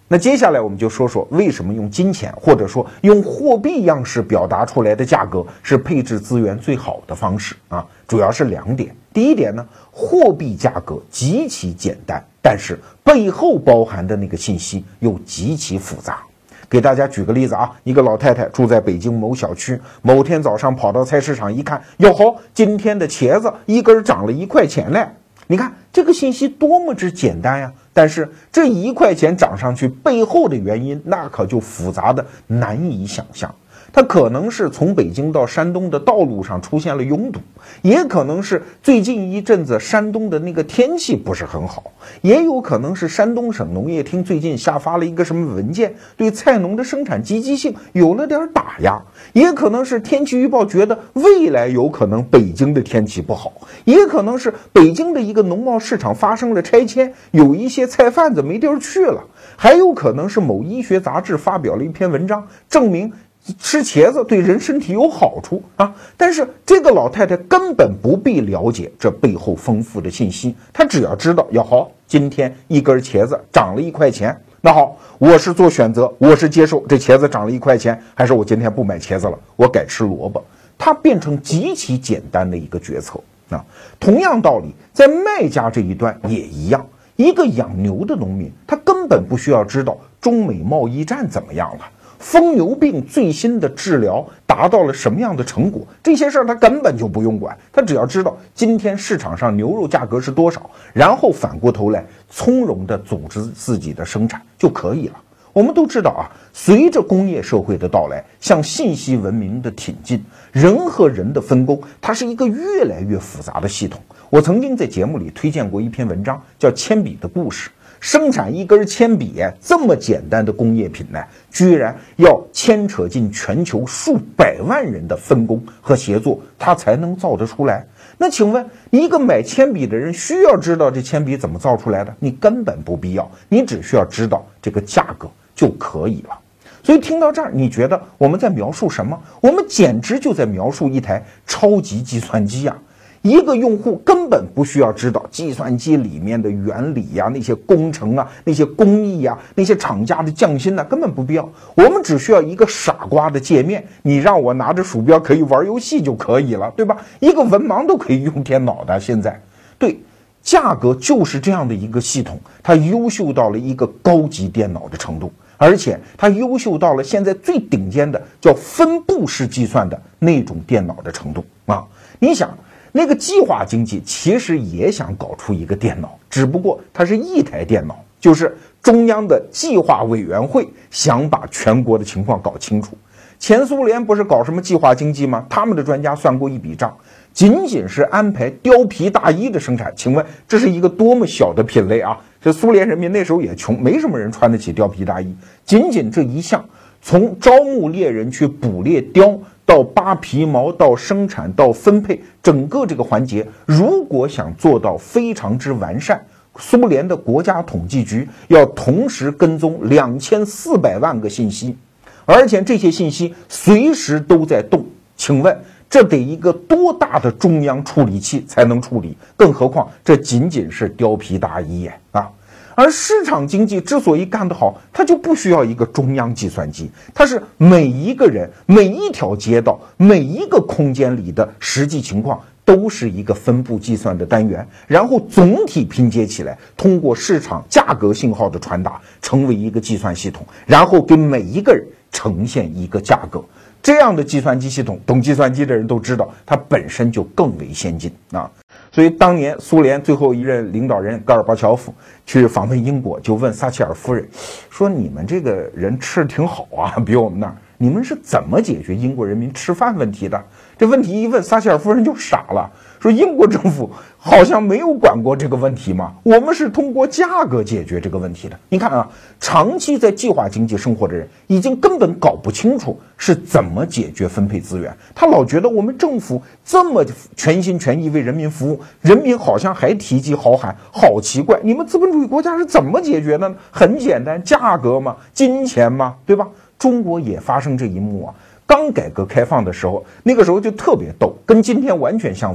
那接下来我们就说说为什么用金钱或者说用货币样式表达出来的价格是配置资源最好的方式啊，主要是两点。第一点呢，货币价格极其简单，但是背后包含的那个信息又极其复杂。给大家举个例子啊，一个老太太住在北京某小区，某天早上跑到菜市场一看，哟吼，今天的茄子一根涨了一块钱嘞！你看这个信息多么之简单呀，但是这一块钱涨上去背后的原因，那可就复杂的难以想象。它可能是从北京到山东的道路上出现了拥堵，也可能是最近一阵子山东的那个天气不是很好，也有可能是山东省农业厅最近下发了一个什么文件，对菜农的生产积极性有了点打压，也可能是天气预报觉得未来有可能北京的天气不好，也可能是北京的一个农贸市场发生了拆迁，有一些菜贩子没地儿去了，还有可能是某医学杂志发表了一篇文章，证明吃茄子对人身体有好处啊！但是这个老太太根本不必了解这背后丰富的信息，她只要知道，要好，今天一根茄子涨了一块钱，那好，我是做选择，我是接受这茄子涨了一块钱，还是我今天不买茄子了，我改吃萝卜，它变成极其简单的一个决策啊！同样道理，在卖家这一端也一样，一个养牛的农民，他根本不需要知道中美贸易战怎么样了。疯牛病最新的治疗达到了什么样的成果？这些事儿他根本就不用管，他只要知道今天市场上牛肉价格是多少，然后反过头来从容地组织自己的生产就可以了。我们都知道啊，随着工业社会的到来，向信息文明的挺进，人和人的分工，它是一个越来越复杂的系统。我曾经在节目里推荐过一篇文章，叫《铅笔的故事》。生产一根铅笔这么简单的工业品呢，居然要牵扯进全球数百万人的分工和协作，它才能造得出来。那请问一个买铅笔的人需要知道这铅笔怎么造出来的？你根本不必要，你只需要知道这个价格就可以了。所以听到这儿，你觉得我们在描述什么？我们简直就在描述一台超级计算机啊！一个用户根本不需要知道计算机里面的原理呀、那些工程啊、那些工艺呀、那些厂家的匠心呐、根本不必要。我们只需要一个傻瓜的界面，你让我拿着鼠标可以玩游戏就可以了，对吧？一个文盲都可以用电脑的。现在，对，价格就是这样的一个系统，它优秀到了一个高级电脑的程度，而且它优秀到了现在最顶尖的叫分布式计算的那种电脑的程度啊！你想。那个计划经济其实也想搞出一个电脑，只不过它是一台电脑，就是中央的计划委员会想把全国的情况搞清楚。前苏联不是搞什么计划经济吗？他们的专家算过一笔账，仅仅是安排貂皮大衣的生产，请问这是一个多么小的品类啊！这苏联人民那时候也穷，没什么人穿得起貂皮大衣，仅仅这一项，从招募猎人去捕猎貂到扒皮毛到生产到分配，整个这个环节如果想做到非常之完善，苏联的国家统计局要同时跟踪两千四百万个信息，而且这些信息随时都在动。请问这得一个多大的中央处理器才能处理？更何况这仅仅是貂皮大衣耶啊！而市场经济之所以干得好，它就不需要一个中央计算机，它是每一个人、每一条街道、每一个空间里的实际情况都是一个分布计算的单元，然后总体拼接起来，通过市场价格信号的传达，成为一个计算系统，然后给每一个人呈现一个价格。这样的计算机系统，懂计算机的人都知道，它本身就更为先进啊。所以当年苏联最后一任领导人戈尔巴乔夫去访问英国，就问撒切尔夫人说：“你们这个人吃的挺好啊，比我们那儿，你们是怎么解决英国人民吃饭问题的？”这问题一问，撒切尔夫人就傻了，说：“英国政府好像没有管过这个问题嘛，我们是通过价格解决这个问题的。”你看啊，长期在计划经济生活的人已经根本搞不清楚是怎么解决分配资源，他老觉得我们政府这么全心全意为人民服务，人民好像还提及好喊，好奇怪，你们资本主义国家是怎么解决的呢？很简单，价格嘛，金钱嘛，对吧？中国也发生这一幕啊。刚改革开放的时候，那个时候就特别逗，跟今天完全相反。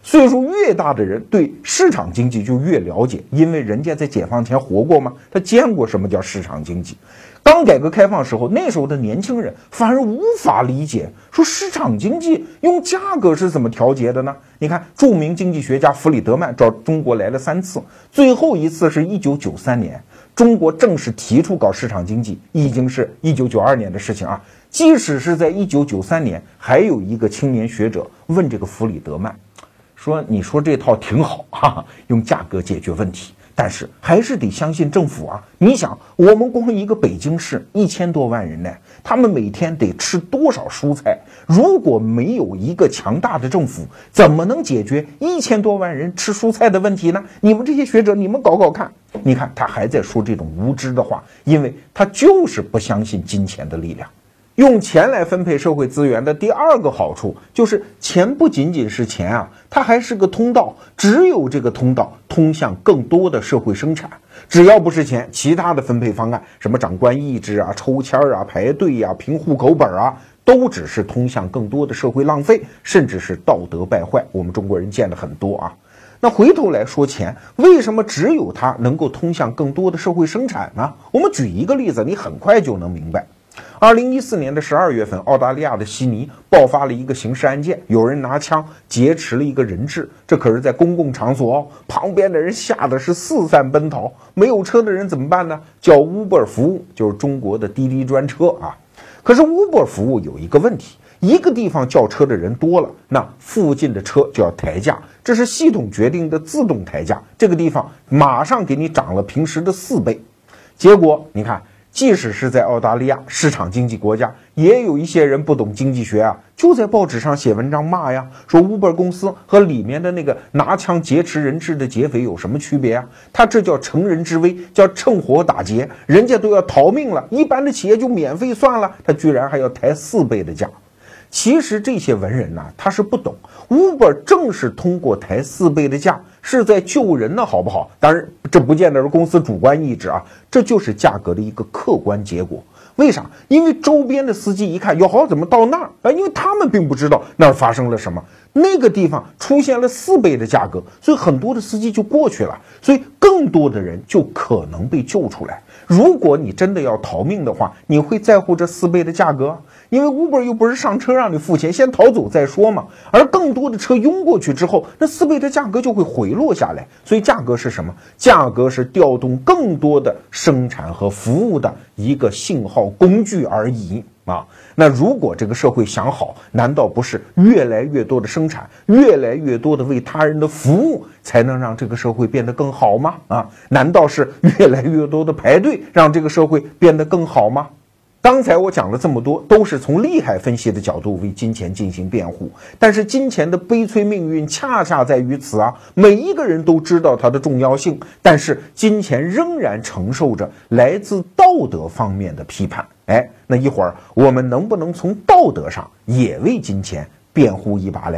岁数越大的人对市场经济就越了解，因为人家在解放前活过嘛，他见过什么叫市场经济。刚改革开放时候，那时候的年轻人反而无法理解，说市场经济用价格是怎么调节的呢？你看，著名经济学家弗里德曼到中国来了三次，最后一次是一九九三年，中国正式提出搞市场经济，已经是一九九二年的事情啊。即使是在一九九三年，还有一个青年学者问这个弗里德曼，说：“你说这套挺好，哈哈，用价格解决问题。”但是还是得相信政府啊！你想，我们光一个北京市一千多万人呢，他们每天得吃多少蔬菜？如果没有一个强大的政府，怎么能解决一千多万人吃蔬菜的问题呢？你们这些学者，你们搞搞看。你看，他还在说这种无知的话，因为他就是不相信金钱的力量。用钱来分配社会资源的第二个好处就是钱不仅仅是钱啊，它还是个通道，只有这个通道通向更多的社会生产。只要不是钱，其他的分配方案，什么长官意志啊、抽签啊、排队啊、凭户口本啊，都只是通向更多的社会浪费，甚至是道德败坏。我们中国人见的很多啊。那回头来说钱，为什么只有它能够通向更多的社会生产呢？我们举一个例子，你很快就能明白。二零一四年的十二月份，澳大利亚的悉尼爆发了一个刑事案件，有人拿枪劫持了一个人质，这可是在公共场所哦，旁边的人吓得是四散奔逃。没有车的人怎么办呢？叫 Uber 服务，就是中国的滴滴专车啊。可是 Uber 服务有一个问题，一个地方叫车的人多了，那附近的车就要抬价，这是系统决定的自动抬价，这个地方马上给你涨了平时的四倍。结果你看，即使是在澳大利亚市场经济国家，也有一些人不懂经济学啊，就在报纸上写文章骂呀，说 Uber 公司和里面的那个拿枪劫持人质的劫匪有什么区别啊？他这叫乘人之危，叫趁火打劫，人家都要逃命了，一般的企业就免费算了，他居然还要抬四倍的价。其实这些文人呢、啊，他是不懂 Uber 正是通过抬四倍的价是在救人呢，好不好？当然这不见得是公司主观意志啊，这就是价格的一个客观结果。为啥？因为周边的司机一看，哟好，怎么到那儿啊？因为他们并不知道那儿发生了什么，那个地方出现了四倍的价格，所以很多的司机就过去了，所以更多的人就可能被救出来。如果你真的要逃命的话，你会在乎这四倍的价格？因为 Uber 又不是上车让你付钱，先逃走再说嘛。而更多的车拥过去之后，那四倍的价格就会回落下来。所以价格是什么？价格是调动更多的生产和服务的一个信号工具而已啊。那如果这个社会想好，难道不是越来越多的生产，越来越多的为他人的服务，才能让这个社会变得更好吗？啊，难道是越来越多的排队，让这个社会变得更好吗？刚才我讲了这么多，都是从利害分析的角度为金钱进行辩护，但是金钱的悲催命运恰恰在于此啊！每一个人都知道它的重要性，但是金钱仍然承受着来自道德方面的批判。哎，那一会儿我们能不能从道德上也为金钱辩护一把嘞？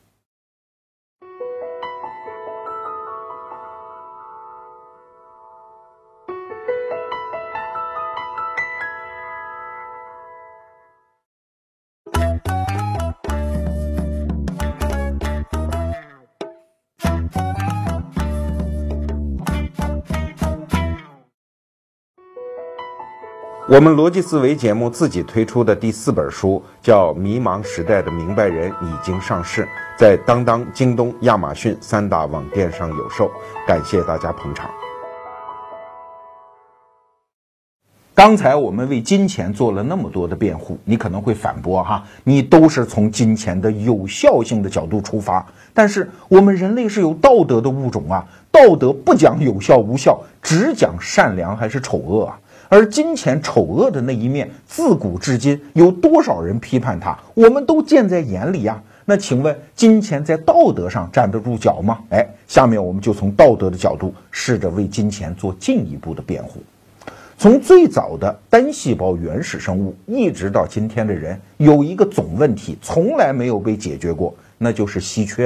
我们逻辑思维节目自己推出的第四本书叫《迷茫时代的明白人》，已经上市，在当当、京东、亚马逊三大网店上有售，感谢大家捧场。刚才我们为金钱做了那么多的辩护，你可能会反驳哈，你都是从金钱的有效性的角度出发，但是我们人类是有道德的物种啊，道德不讲有效无效，只讲善良还是丑恶啊。而金钱丑恶的那一面，自古至今有多少人批判它，我们都见在眼里呀。那请问，金钱在道德上站得住脚吗？哎，下面我们就从道德的角度，试着为金钱做进一步的辩护。从最早的单细胞原始生物，一直到今天的人，有一个总问题从来没有被解决过，那就是稀缺吗？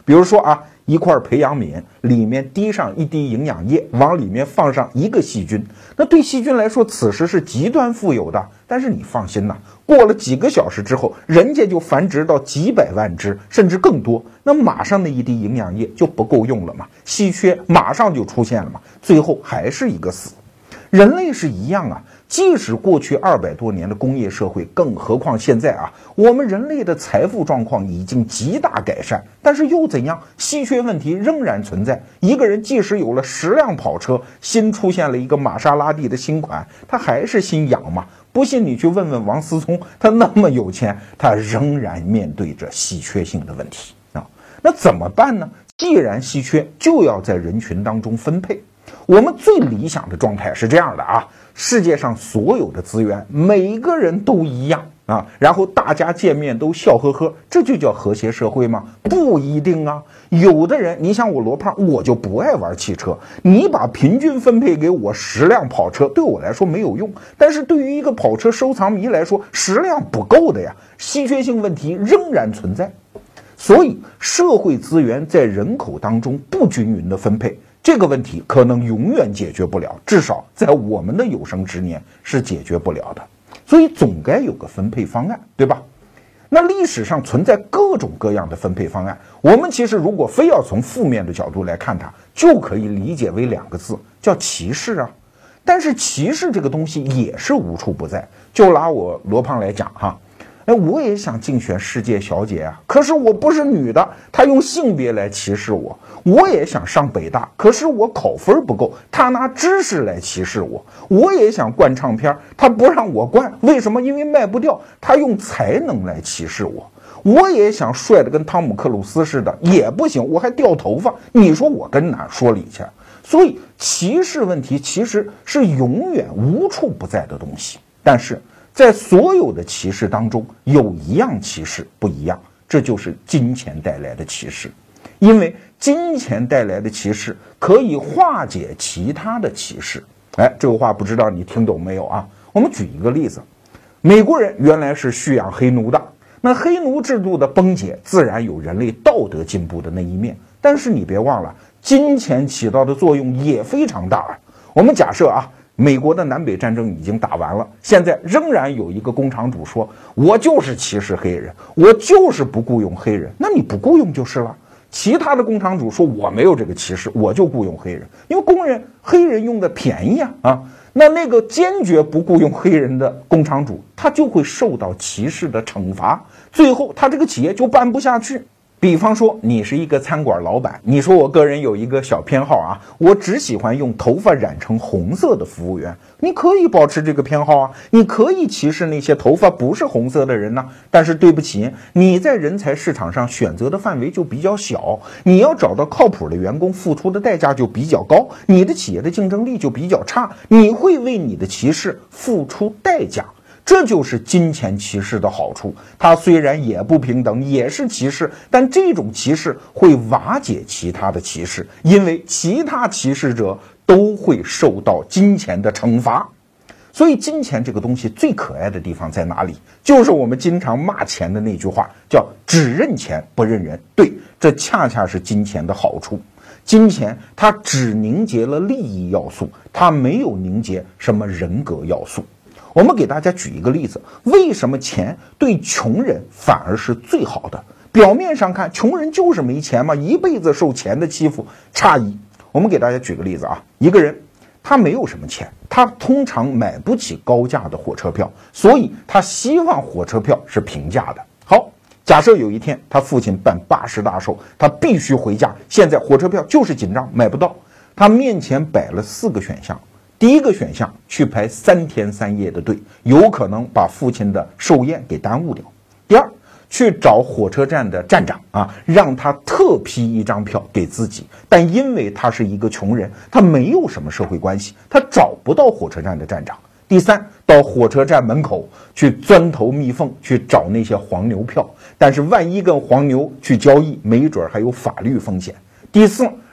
比如说啊，一块培养皿里面滴上一滴营养液，往里面放上一个细菌，那对细菌来说此时是极端富有的。但是你放心呐，过了几个小时之后，人家就繁殖到几百万只甚至更多，那马上那一滴营养液就不够用了嘛，稀缺马上就出现了嘛，最后还是一个死。人类是一样啊，即使过去二百多年的工业社会，更何况现在啊，我们人类的财富状况已经极大改善，但是又怎样？稀缺问题仍然存在。一个人即使有了十辆跑车，新出现了一个玛莎拉蒂的新款，他还是心痒嘛。不信你去问问王思聪，他那么有钱，他仍然面对着稀缺性的问题啊。那怎么办呢？既然稀缺，就要在人群当中分配。我们最理想的状态是这样的啊，世界上所有的资源每个人都一样啊，然后大家见面都笑呵呵，这就叫和谐社会吗？不一定啊。有的人，你像我罗胖，我就不爱玩汽车，你把平均分配给我十辆跑车，对我来说没有用，但是对于一个跑车收藏迷来说，十辆不够的呀，稀缺性问题仍然存在。所以社会资源在人口当中不均匀的分配，这个问题可能永远解决不了，至少在我们的有生之年是解决不了的。所以总该有个分配方案，对吧？那历史上存在各种各样的分配方案，我们其实如果非要从负面的角度来看它，就可以理解为两个字，叫歧视啊。但是歧视这个东西也是无处不在，就拿我罗胖来讲哈。哎，我也想竞选世界小姐啊，可是我不是女的，他用性别来歧视我。我也想上北大，可是我考分不够，他拿知识来歧视我。我也想灌唱片，他不让我灌，为什么？因为卖不掉，他用才能来歧视我。我也想帅的跟汤姆克鲁斯似的，也不行，我还掉头发，你说我跟哪说理去？所以歧视问题其实是永远无处不在的东西，但是在所有的歧视当中，有一样歧视不一样，这就是金钱带来的歧视。因为金钱带来的歧视可以化解其他的歧视。哎，这个话不知道你听懂没有啊？我们举一个例子，美国人原来是蓄养黑奴的，那黑奴制度的崩解自然有人类道德进步的那一面，但是你别忘了，金钱起到的作用也非常大啊。我们假设啊，美国的南北战争已经打完了，现在仍然有一个工厂主说，我就是歧视黑人，我就是不雇佣黑人，那你不雇佣就是了。其他的工厂主说，我没有这个歧视，我就雇佣黑人，因为工人黑人用的便宜啊啊。那那个坚决不雇佣黑人的工厂主，他就会受到歧视的惩罚，最后他这个企业就办不下去。比方说你是一个餐馆老板，你说我个人有一个小偏好啊，我只喜欢用头发染成红色的服务员，你可以保持这个偏好啊，你可以歧视那些头发不是红色的人呢、啊。但是对不起，你在人才市场上选择的范围就比较小，你要找到靠谱的员工付出的代价就比较高，你的企业的竞争力就比较差，你会为你的歧视付出代价。这就是金钱歧视的好处，它虽然也不平等，也是歧视，但这种歧视会瓦解其他的歧视，因为其他歧视者都会受到金钱的惩罚。所以金钱这个东西最可爱的地方在哪里？就是我们经常骂钱的那句话，叫只认钱不认人。对，这恰恰是金钱的好处。金钱它只凝结了利益要素，它没有凝结什么人格要素。我们给大家举一个例子，为什么钱对穷人反而是最好的？表面上看，穷人就是没钱嘛，一辈子受钱的欺负。差异，我们给大家举个例子啊，一个人他没有什么钱，他通常买不起高价的火车票，所以他希望火车票是平价的。好，假设有一天他父亲办八十大寿，他必须回家，现在火车票就是紧张，买不到。他面前摆了四个选项。第一个选项，去排三天三夜的队，有可能把父亲的寿宴给耽误掉。第二，去找火车站的站长啊，让他特批一张票给自己，但因为他是一个穷人，他没有什么社会关系，他找不到火车站的站长。第三，到火车站门口去钻头蜜缝，去找那些黄牛票，但是万一跟黄牛去交易，没准还有法律风险。第四，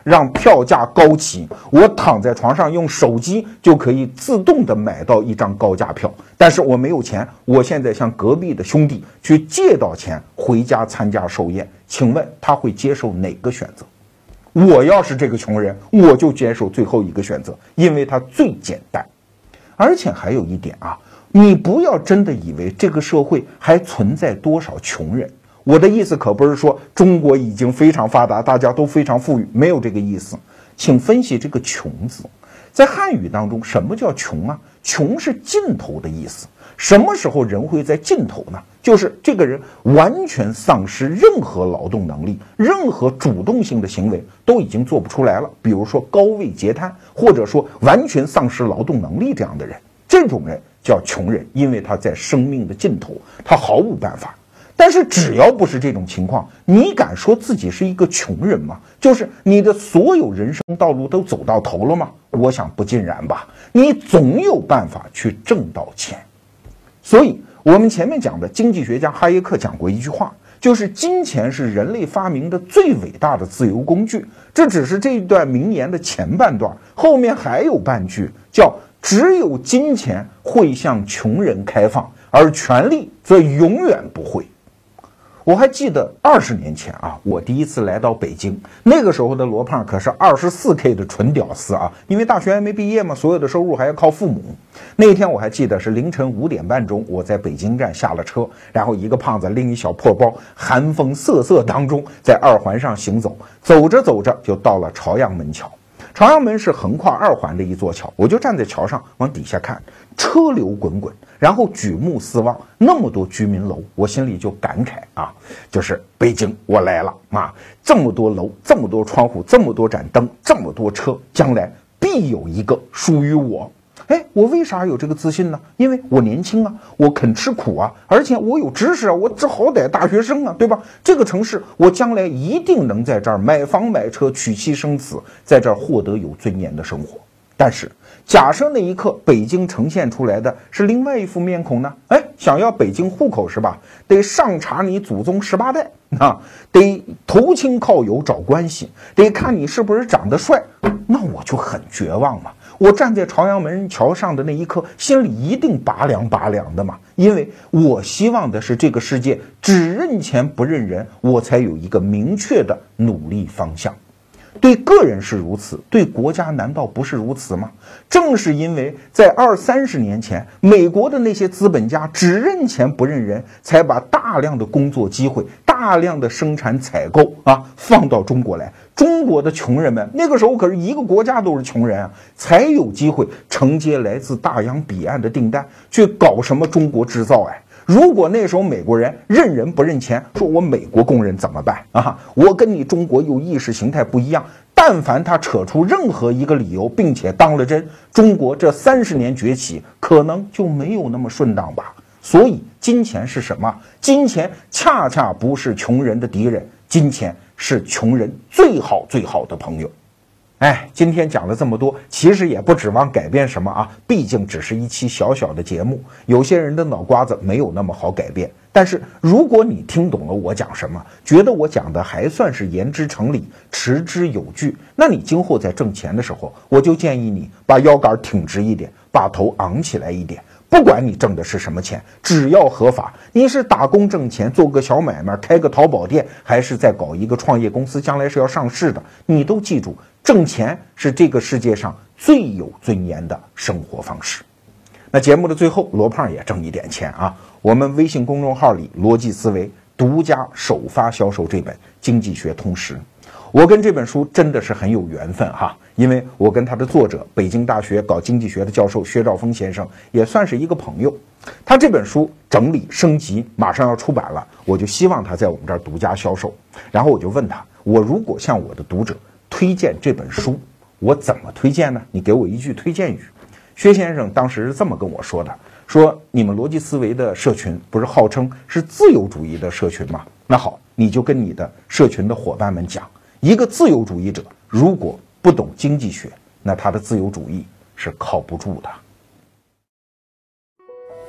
让票价高起，我躺在床上用手机就可以自动的买到一张高价票。但是我没有钱，我现在向隔壁的兄弟去借到钱回家参加寿宴，请问他会接受哪个选择？我要是这个穷人，我就接受最后一个选择，因为它最简单。而且还有一点啊，你不要真的以为这个社会还存在多少穷人。我的意思可不是说中国已经非常发达，大家都非常富裕，没有这个意思。请分析这个穷字，在汉语当中，什么叫穷啊？穷是尽头的意思。什么时候人会在尽头呢？就是这个人完全丧失任何劳动能力，任何主动性的行为都已经做不出来了。比如说高位截瘫，或者说完全丧失劳动能力这样的人，这种人叫穷人，因为他在生命的尽头，他毫无办法。但是只要不是这种情况，你敢说自己是一个穷人吗？就是你的所有人生道路都走到头了吗？我想不尽然吧。你总有办法去挣到钱。所以我们前面讲的经济学家哈耶克讲过一句话，就是金钱是人类发明的最伟大的自由工具。这只是这一段名言的前半段，后面还有半句叫只有金钱会向穷人开放，而权力则永远不会。我还记得二十年前啊，我第一次来到北京，那个时候的罗胖可是 二十四 K 的纯屌丝啊，因为大学还没毕业嘛，所有的收入还要靠父母。那天我还记得是凌晨五点半钟，我在北京站下了车，然后一个胖子拎一小破包，寒风瑟瑟当中在二环上行走，走着走着就到了朝阳门桥。朝阳门是横跨二环的一座桥，我就站在桥上往底下看，车流滚滚，然后举目四望，那么多居民楼，我心里就感慨啊，就是北京我来了啊，这么多楼，这么多窗户，这么多盏灯，这么多车，将来必有一个属于我。哎，我为啥有这个自信呢？因为我年轻啊，我肯吃苦啊，而且我有知识啊，我这好歹大学生啊，对吧？这个城市我将来一定能在这儿买房买车，娶妻生子，在这儿获得有尊严的生活。但是假设那一刻北京呈现出来的是另外一副面孔呢？哎，想要北京户口是吧？得上查你祖宗十八代啊，得投亲靠友找关系，得看你是不是长得帅，那我就很绝望嘛。我站在朝阳门桥上的那一刻，心里一定拔凉拔凉的嘛，因为我希望的是这个世界只认钱不认人，我才有一个明确的努力方向。对个人是如此，对国家难道不是如此吗？正是因为在二三十年前，美国的那些资本家只认钱不认人，才把大量的工作机会、大量的生产采购啊放到中国来。中国的穷人们那个时候可是一个国家都是穷人啊，才有机会承接来自大洋彼岸的订单，去搞什么中国制造哎。如果那时候美国人认人不认钱，说我美国工人怎么办啊？我跟你中国有意识形态不一样，但凡他扯出任何一个理由，并且当了真，中国这三十年崛起可能就没有那么顺当吧。所以金钱是什么？金钱恰恰不是穷人的敌人，金钱是穷人最好最好的朋友。哎，今天讲了这么多，其实也不指望改变什么啊，毕竟只是一期小小的节目。有些人的脑瓜子没有那么好改变，但是如果你听懂了我讲什么，觉得我讲的还算是言之成理、持之有据，那你今后在挣钱的时候，我就建议你把腰杆挺直一点，把头昂起来一点。不管你挣的是什么钱，只要合法，你是打工挣钱，做个小买卖，开个淘宝店，还是在搞一个创业公司，将来是要上市的，你都记住，挣钱是这个世界上最有尊严的生活方式。那节目的最后，罗胖也挣一点钱啊！我们微信公众号里逻辑思维独家首发销售这本《经济学通识》。我跟这本书真的是很有缘分哈，因为我跟他的作者北京大学搞经济学的教授薛兆丰先生也算是一个朋友。他这本书整理升级，马上要出版了，我就希望他在我们这儿独家销售。然后我就问他，我如果向我的读者推荐这本书，我怎么推荐呢？你给我一句推荐语。薛先生当时是这么跟我说的，说你们逻辑思维的社群不是号称是自由主义的社群吗？那好，你就跟你的社群的伙伴们讲，一个自由主义者如果不懂经济学，那他的自由主义是靠不住的。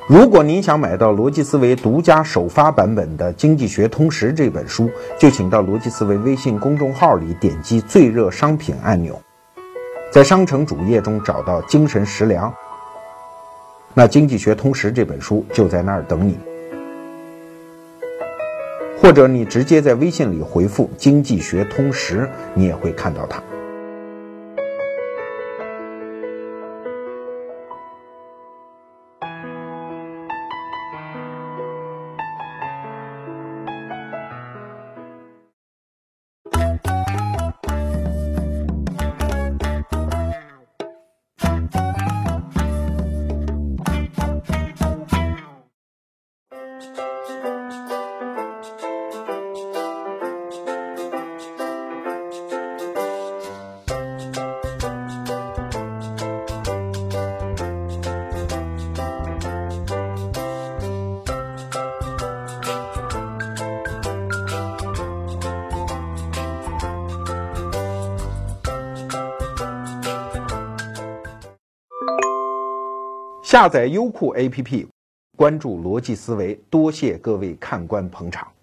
如果您想买到逻辑思维独家首发版本的《经济学通识》这本书，就请到逻辑思维微信公众号里点击最热商品按钮，在商城主页中找到精神食粮，那《经济学通识》这本书就在那儿等你。或者你直接在微信里回复“经济学通识”，你也会看到它。下载优酷 A P P， 关注逻辑思维，多谢各位看官捧场。